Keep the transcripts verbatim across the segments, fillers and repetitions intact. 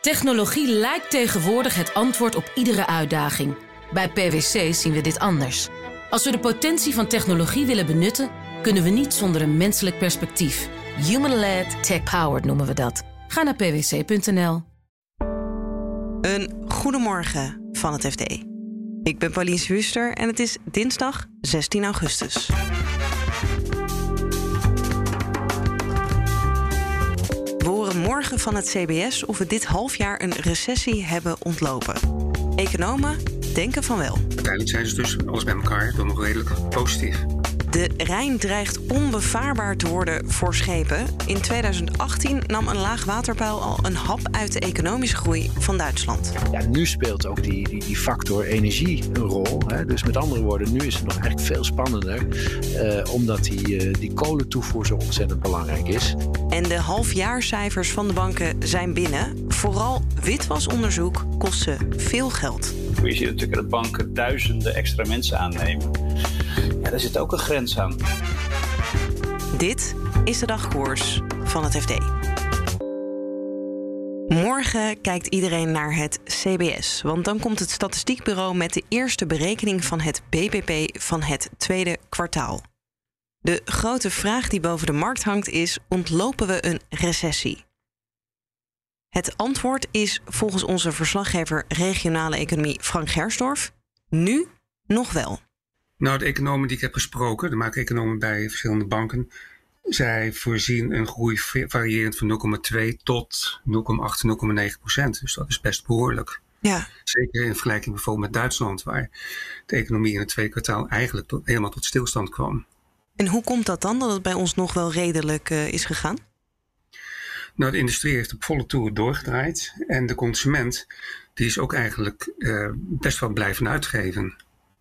Technologie lijkt tegenwoordig het antwoord op iedere uitdaging. Bij P W C zien we dit anders. Als we de potentie van technologie willen benutten, kunnen we niet zonder een menselijk perspectief. Human-led, tech-powered noemen we dat. Ga naar p w c punt n l. Een goedemorgen van het F D. Ik ben Pauline Swuster en het is dinsdag zestien augustus. We horen morgen van het C B S of we dit halfjaar een recessie hebben ontlopen. Economen denken van wel. Uiteindelijk zijn ze dus, alles bij elkaar, dan nog redelijk positief. De Rijn dreigt onbevaarbaar te worden voor schepen. In tweeduizend achttien nam een laagwaterpeil al een hap uit de economische groei van Duitsland. Ja, nu speelt ook die, die, die factor energie een rol. Hè. Dus met andere woorden, nu is het nog eigenlijk veel spannender. Uh, omdat die, uh, die kolentoevoer zo ontzettend belangrijk is. En de halfjaarcijfers van de banken zijn binnen. Vooral witwasonderzoek kost ze veel geld. Je ziet natuurlijk dat banken duizenden extra mensen aannemen. Ja, daar zit ook een grens aan. Dit is de dagkoers van het F D. Morgen kijkt iedereen naar het C B S. Want dan komt het statistiekbureau met de eerste berekening van het B B P van het tweede kwartaal. De grote vraag die boven de markt hangt is: ontlopen we een recessie? Het antwoord is volgens onze verslaggever regionale economie Frank Gersdorf nu nog wel. Nou, de economen die ik heb gesproken, de macro-economen bij verschillende banken, zij voorzien een groei variërend van nul komma twee tot nul komma acht, nul komma negen procent. Dus dat is best behoorlijk. Ja. Zeker in vergelijking bijvoorbeeld met Duitsland, waar de economie in het tweede kwartaal eigenlijk tot, helemaal tot stilstand kwam. En hoe komt dat dan, dat het bij ons nog wel redelijk uh, is gegaan? Nou, de industrie heeft op volle toeren doorgedraaid. En de consument, die is ook eigenlijk uh, best wel blijven uitgeven.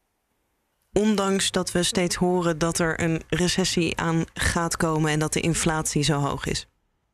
Ondanks dat we steeds horen dat er een recessie aan gaat komen en dat de inflatie zo hoog is.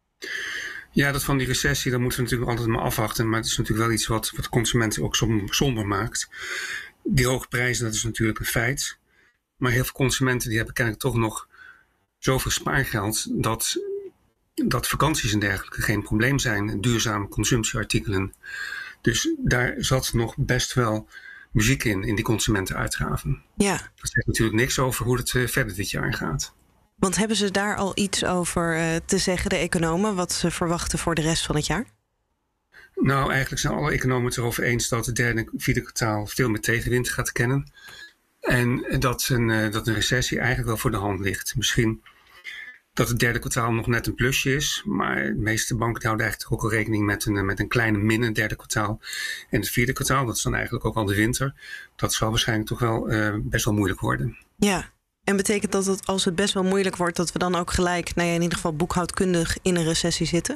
Ja, dat van die recessie, dat moeten we natuurlijk altijd maar afwachten. Maar het is natuurlijk wel iets wat, wat consumenten ook somber maakt. Die hoge prijzen, dat is natuurlijk een feit. Maar heel veel consumenten die hebben kennelijk toch nog zoveel spaargeld dat, dat vakanties en dergelijke geen probleem zijn. Duurzame consumptieartikelen. Dus daar zat nog best wel muziek in, in die consumentenuitgaven. Ja. Dat zegt natuurlijk niks over hoe het uh, verder dit jaar gaat. Want hebben ze daar al iets over uh, te zeggen, de economen, wat ze verwachten voor de rest van het jaar? Nou, eigenlijk zijn alle economen het erover eens dat het derde en vierde kwartaal veel meer tegenwind gaat kennen. En dat een, uh, dat een recessie eigenlijk wel voor de hand ligt. Misschien dat het derde kwartaal nog net een plusje is. Maar de meeste banken houden eigenlijk ook al rekening met een, met een kleine min in het derde kwartaal. En het vierde kwartaal, dat is dan eigenlijk ook al de winter. Dat zal waarschijnlijk toch wel uh, best wel moeilijk worden. Ja, en betekent dat het, als het best wel moeilijk wordt, dat we dan ook gelijk, nou ja, in ieder geval boekhoudkundig in een recessie zitten?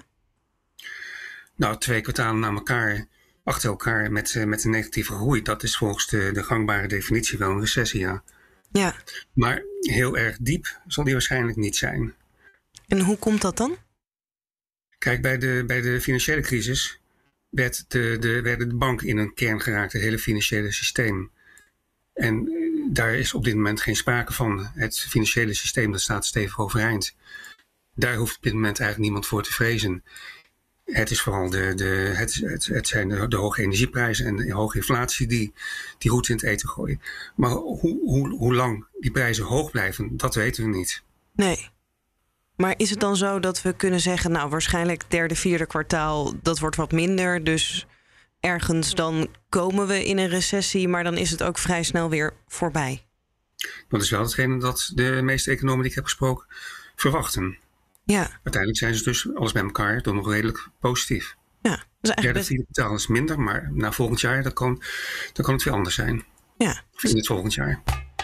Nou, twee kwartalen na elkaar, achter elkaar met, uh, met een negatieve groei. Dat is volgens de, de gangbare definitie wel een recessie, ja. Ja. Maar heel erg diep zal die waarschijnlijk niet zijn. En hoe komt dat dan? Kijk, bij de, bij de financiële crisis werd de, de, werden de banken in een kern geraakt, het hele financiële systeem. En daar is op dit moment geen sprake van. Het financiële systeem, dat staat stevig overeind. Daar hoeft op dit moment eigenlijk niemand voor te vrezen. Het is vooral de, de, het, het, het zijn de, de hoge energieprijzen en de hoge inflatie die die roet in het eten gooien. Maar hoe, hoe, hoe lang die prijzen hoog blijven, dat weten we niet. Nee. Maar is het dan zo dat we kunnen zeggen, nou waarschijnlijk derde, vierde kwartaal, dat wordt wat minder. Dus ergens dan komen we in een recessie, maar dan is het ook vrij snel weer voorbij. Dat is wel hetgene dat de meeste economen die ik heb gesproken verwachten. Ja. Uiteindelijk zijn ze dus, alles bij elkaar, toch nog redelijk positief. Ja, dat is eigenlijk derde, vierde kwartaal is minder, maar na volgend jaar dan kan, dan kan het weer anders zijn. Ja. Of in het volgend jaar.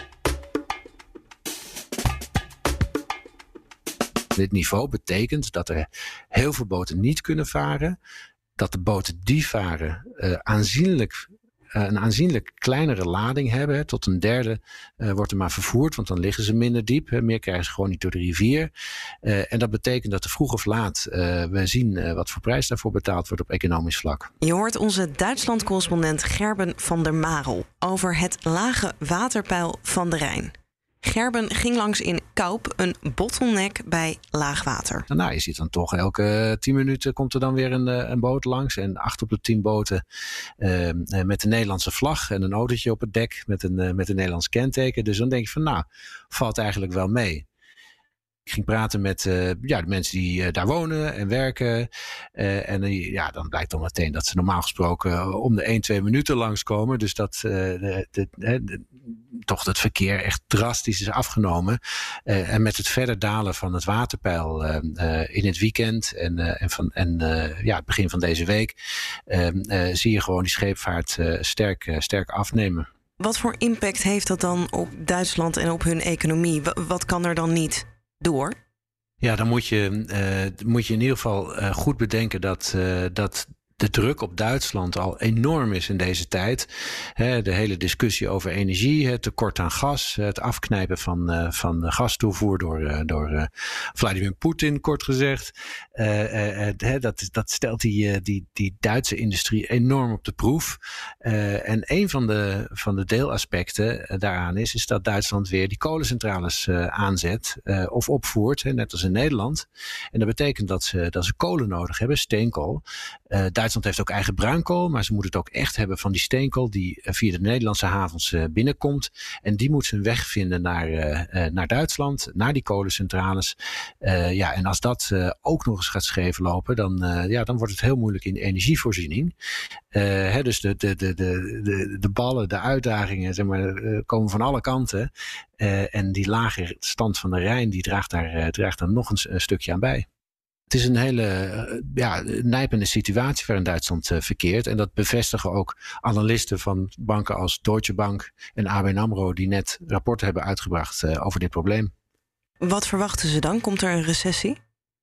Dit niveau betekent dat er heel veel boten niet kunnen varen. Dat de boten die varen uh, aanzienlijk, uh, een aanzienlijk kleinere lading hebben. Tot een derde uh, wordt er maar vervoerd, want dan liggen ze minder diep. Hè. Meer krijgen ze gewoon niet door de rivier. Uh, en dat betekent dat er vroeg of laat uh, we zien uh, wat voor prijs daarvoor betaald wordt op economisch vlak. Je hoort onze Duitsland-correspondent Gerben van der Marel over het lage waterpeil van de Rijn. Gerben ging langs in Kaup, een bottleneck bij laagwater. Nou, je ziet dan toch elke tien minuten komt er dan weer een, een boot langs. En acht op de tien boten uh, met de Nederlandse vlag en een autootje op het dek met een, uh, met een Nederlands kenteken. Dus dan denk je van nou, valt eigenlijk wel mee. Ik ging praten met uh, ja, de mensen die uh, daar wonen en werken. Uh, en uh, ja, dan blijkt dan meteen dat ze normaal gesproken uh, om de één, twee minuten langskomen. Dus dat uh, de, de, de, de, toch het verkeer echt drastisch is afgenomen. Uh, en met het verder dalen van het waterpeil uh, uh, in het weekend en, uh, en, van, en uh, ja, het begin van deze week uh, uh, zie je gewoon die scheepvaart uh, sterk, uh, sterk afnemen. Wat voor impact heeft dat dan op Duitsland en op hun economie? W- wat kan er dan niet door? Ja, dan moet je, uh, moet je in ieder geval uh, goed bedenken dat, uh, dat de druk op Duitsland al enorm is in deze tijd. He, de hele discussie over energie, het tekort aan gas, het afknijpen van, uh, van de gastoevoer door, uh, door uh, Vladimir Poetin, kort gezegd. Uh, uh, uh, he, dat, dat stelt die, uh, die, die Duitse industrie enorm op de proef. Uh, en een van de, van de deelaspecten uh, daaraan is, is dat Duitsland weer die kolencentrales uh, aanzet uh, of opvoert, he, net als in Nederland. En dat betekent dat ze, dat ze kolen nodig hebben, steenkool. Uh, Duitsland heeft ook eigen bruinkool, maar ze moeten het ook echt hebben van die steenkool die via de Nederlandse havens binnenkomt. En die moet zijn weg vinden naar, uh, naar Duitsland, naar die kolencentrales. Uh, ja, en als dat uh, ook nog eens gaat scheef lopen, dan, uh, ja, dan wordt het heel moeilijk in de energievoorziening. Uh, hè, dus de, de, de, de, de ballen, de uitdagingen, zeg maar, uh, komen van alle kanten. Uh, en die lage stand van de Rijn, die draagt daar, uh, draagt daar nog een, een stukje aan bij. Het is een hele ja, nijpende situatie waarin Duitsland uh, verkeert. En dat bevestigen ook analisten van banken als Deutsche Bank en A B N AMRO die net rapporten hebben uitgebracht uh, over dit probleem. Wat verwachten ze dan? Komt er een recessie?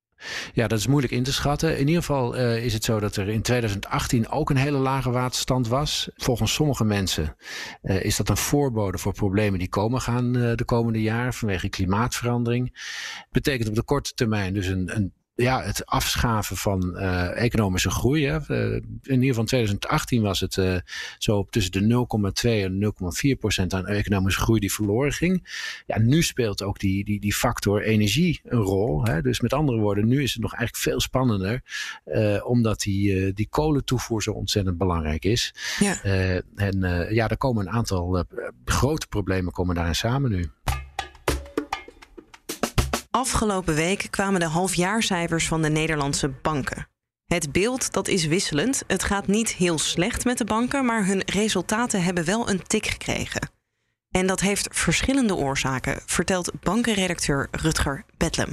Ja, dat is moeilijk in te schatten. In ieder geval uh, is het zo dat er in twintig achttien ook een hele lage waterstand was. Volgens sommige mensen uh, is dat een voorbode voor problemen die komen gaan uh, de komende jaren vanwege klimaatverandering. Betekent op de korte termijn dus een, een Ja, het afschaven van uh, economische groei. Hè. Uh, in ieder geval in twintig achttien was het uh, zo tussen de nul komma twee en nul komma vier procent aan economische groei die verloren ging. Ja, nu speelt ook die, die, die factor energie een rol. Hè. Dus met andere woorden, nu is het nog eigenlijk veel spannender. Uh, omdat die, uh, die kolentoevoer zo ontzettend belangrijk is. Ja. Uh, en uh, ja, er komen een aantal uh, grote problemen komen daarin samen nu. Afgelopen week kwamen de halfjaarcijfers van de Nederlandse banken. Het beeld dat is wisselend. Het gaat niet heel slecht met de banken, maar hun resultaten hebben wel een tik gekregen. En dat heeft verschillende oorzaken, vertelt bankenredacteur Rutger Bedlem.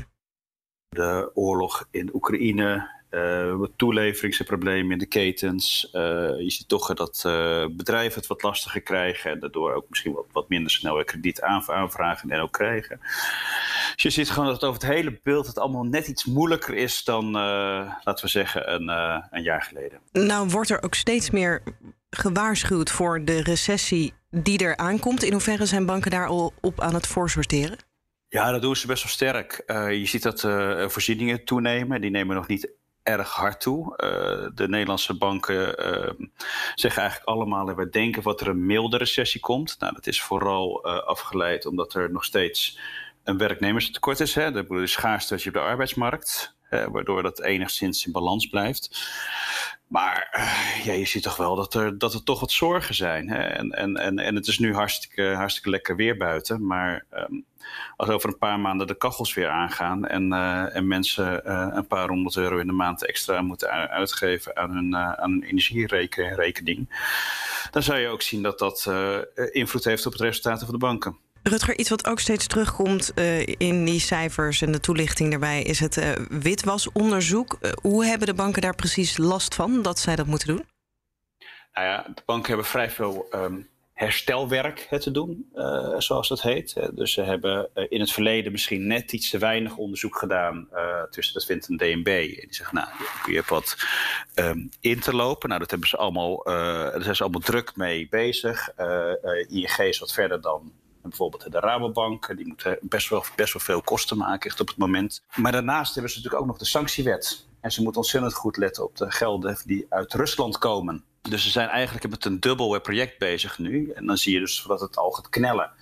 De oorlog in Oekraïne, uh, toeleveringsproblemen in de ketens. Uh, je ziet toch dat uh, bedrijven het wat lastiger krijgen en daardoor ook misschien wat, wat minder snel krediet aanvragen en ook krijgen. Dus je ziet gewoon dat over het hele beeld het allemaal net iets moeilijker is dan, uh, laten we zeggen, een, uh, een jaar geleden. Nou wordt er ook steeds meer gewaarschuwd voor de recessie die er aankomt. In hoeverre zijn banken daar al op aan het voorsorteren? Ja, dat doen ze best wel sterk. Uh, je ziet dat uh, voorzieningen toenemen. Die nemen nog niet erg hard toe. Uh, de Nederlandse banken uh, zeggen eigenlijk allemaal... we denken wat er een milde recessie komt. Nou, dat is vooral uh, afgeleid omdat er nog steeds een werknemerstekort is. Hè? De schaarste op de arbeidsmarkt. Uh, waardoor dat enigszins in balans blijft. Maar uh, ja, je ziet toch wel dat er, dat er toch wat zorgen zijn. Hè? En, en, en, en het is nu hartstikke, hartstikke lekker weer buiten. Maar um, als over een paar maanden de kachels weer aangaan... en, uh, en mensen uh, een paar honderd euro in de maand extra moeten uitgeven... aan hun, uh, aan hun energierekening... dan zou je ook zien dat dat uh, invloed heeft op het resultaten van de banken. Rutger, iets wat ook steeds terugkomt uh, in die cijfers en de toelichting daarbij... is het uh, witwasonderzoek. Uh, hoe hebben de banken daar precies last van dat zij dat moeten doen? Nou ja, de banken hebben vrij veel um, herstelwerk he, te doen, uh, zoals dat heet. Dus ze hebben uh, in het verleden misschien net iets te weinig onderzoek gedaan. Uh, tussen dat vindt een D N B. En die zegt, nou, je hebt wat um, in te lopen. Nou, dat hebben ze allemaal, uh, daar zijn ze allemaal druk mee bezig. Uh, uh, I N G is wat verder dan... bijvoorbeeld de Rabobank, die moeten best wel, best wel veel kosten maken echt op het moment. Maar daarnaast hebben ze natuurlijk ook nog de sanctiewet. En ze moeten ontzettend goed letten op de gelden die uit Rusland komen. Dus ze zijn eigenlijk met een dubbel project bezig nu. En dan zie je dus dat het al gaat knellen.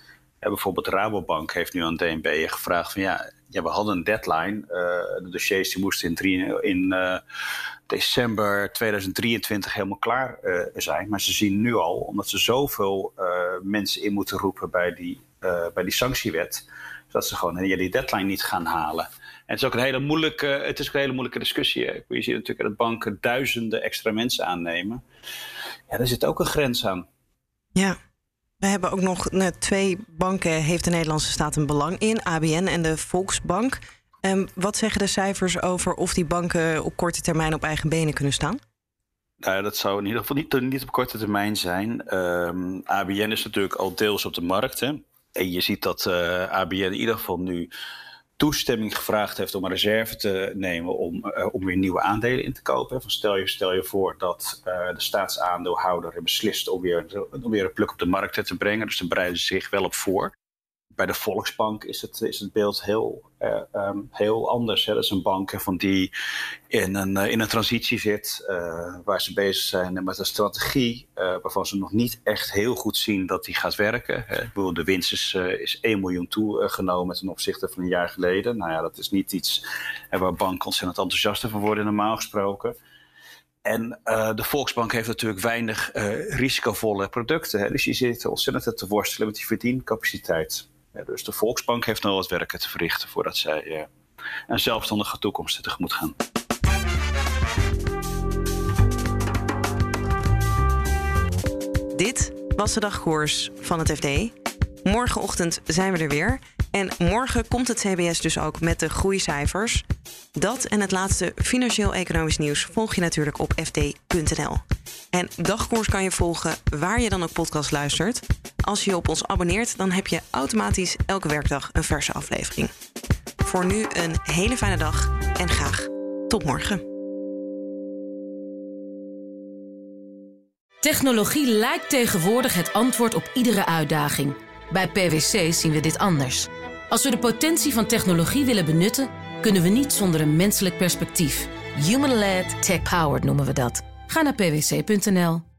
Ja, bijvoorbeeld Rabobank heeft nu aan D N B gevraagd van ja, ja we hadden een deadline. Uh, de dossiers die moesten in, drie, in uh, december tweeduizend drieëntwintig helemaal klaar uh, zijn. Maar ze zien nu al, omdat ze zoveel uh, mensen in moeten roepen bij die, uh, bij die sanctiewet, dat ze gewoon ja, die deadline niet gaan halen. En het is ook een hele moeilijke, het is ook een hele moeilijke discussie. Je ziet natuurlijk dat banken duizenden extra mensen aannemen. Ja, daar zit ook een grens aan. Ja, we hebben ook nog nou, twee banken heeft de Nederlandse staat een belang in. A B N en de Volksbank. Um, wat zeggen de cijfers over of die banken op korte termijn op eigen benen kunnen staan? Nou, dat zou in ieder geval niet, niet op korte termijn zijn. Um, A B N is natuurlijk al deels op de markt. Hè? En je ziet dat uh, A B N in ieder geval nu toestemming gevraagd heeft om een reserve te nemen om, uh, om weer nieuwe aandelen in te kopen. Van stel, je, stel je voor dat uh, de staatsaandeelhouder beslist om weer, om weer een pluk op de markt te brengen. Dus daar bereiden ze zich wel op voor. Bij de Volksbank is het, is het beeld heel, uh, um, heel anders. Hè. Dat is een bank van die in een, uh, in een transitie zit, uh, waar ze bezig zijn met een strategie uh, waarvan ze nog niet echt heel goed zien dat die gaat werken. Hè. Ik bedoel, de winst is, uh, is één miljoen toegenomen ten opzichte van een jaar geleden. Nou ja, dat is niet iets uh, waar banken ontzettend enthousiast van worden normaal gesproken. En uh, de Volksbank heeft natuurlijk weinig uh, risicovolle producten. Hè. Dus je zit ontzettend te worstelen met die verdiencapaciteit. Ja, dus de Volksbank heeft nog wat werken te verrichten voordat zij uh, een zelfstandige toekomst tegemoet gaan. Dit was de dagkoers van het F D. Morgenochtend zijn we er weer. En morgen komt het C B S dus ook met de groeicijfers. Dat en het laatste financieel-economisch nieuws volg je natuurlijk op f d punt n l. En dagkoers kan je volgen waar je dan ook podcast luistert. Als je je op ons abonneert, dan heb je automatisch elke werkdag een verse aflevering. Voor nu een hele fijne dag en graag tot morgen. Technologie lijkt tegenwoordig het antwoord op iedere uitdaging. Bij P W C zien we dit anders. Als we de potentie van technologie willen benutten, kunnen we niet zonder een menselijk perspectief. Human-led, tech-powered noemen we dat. Ga naar p w c punt n l.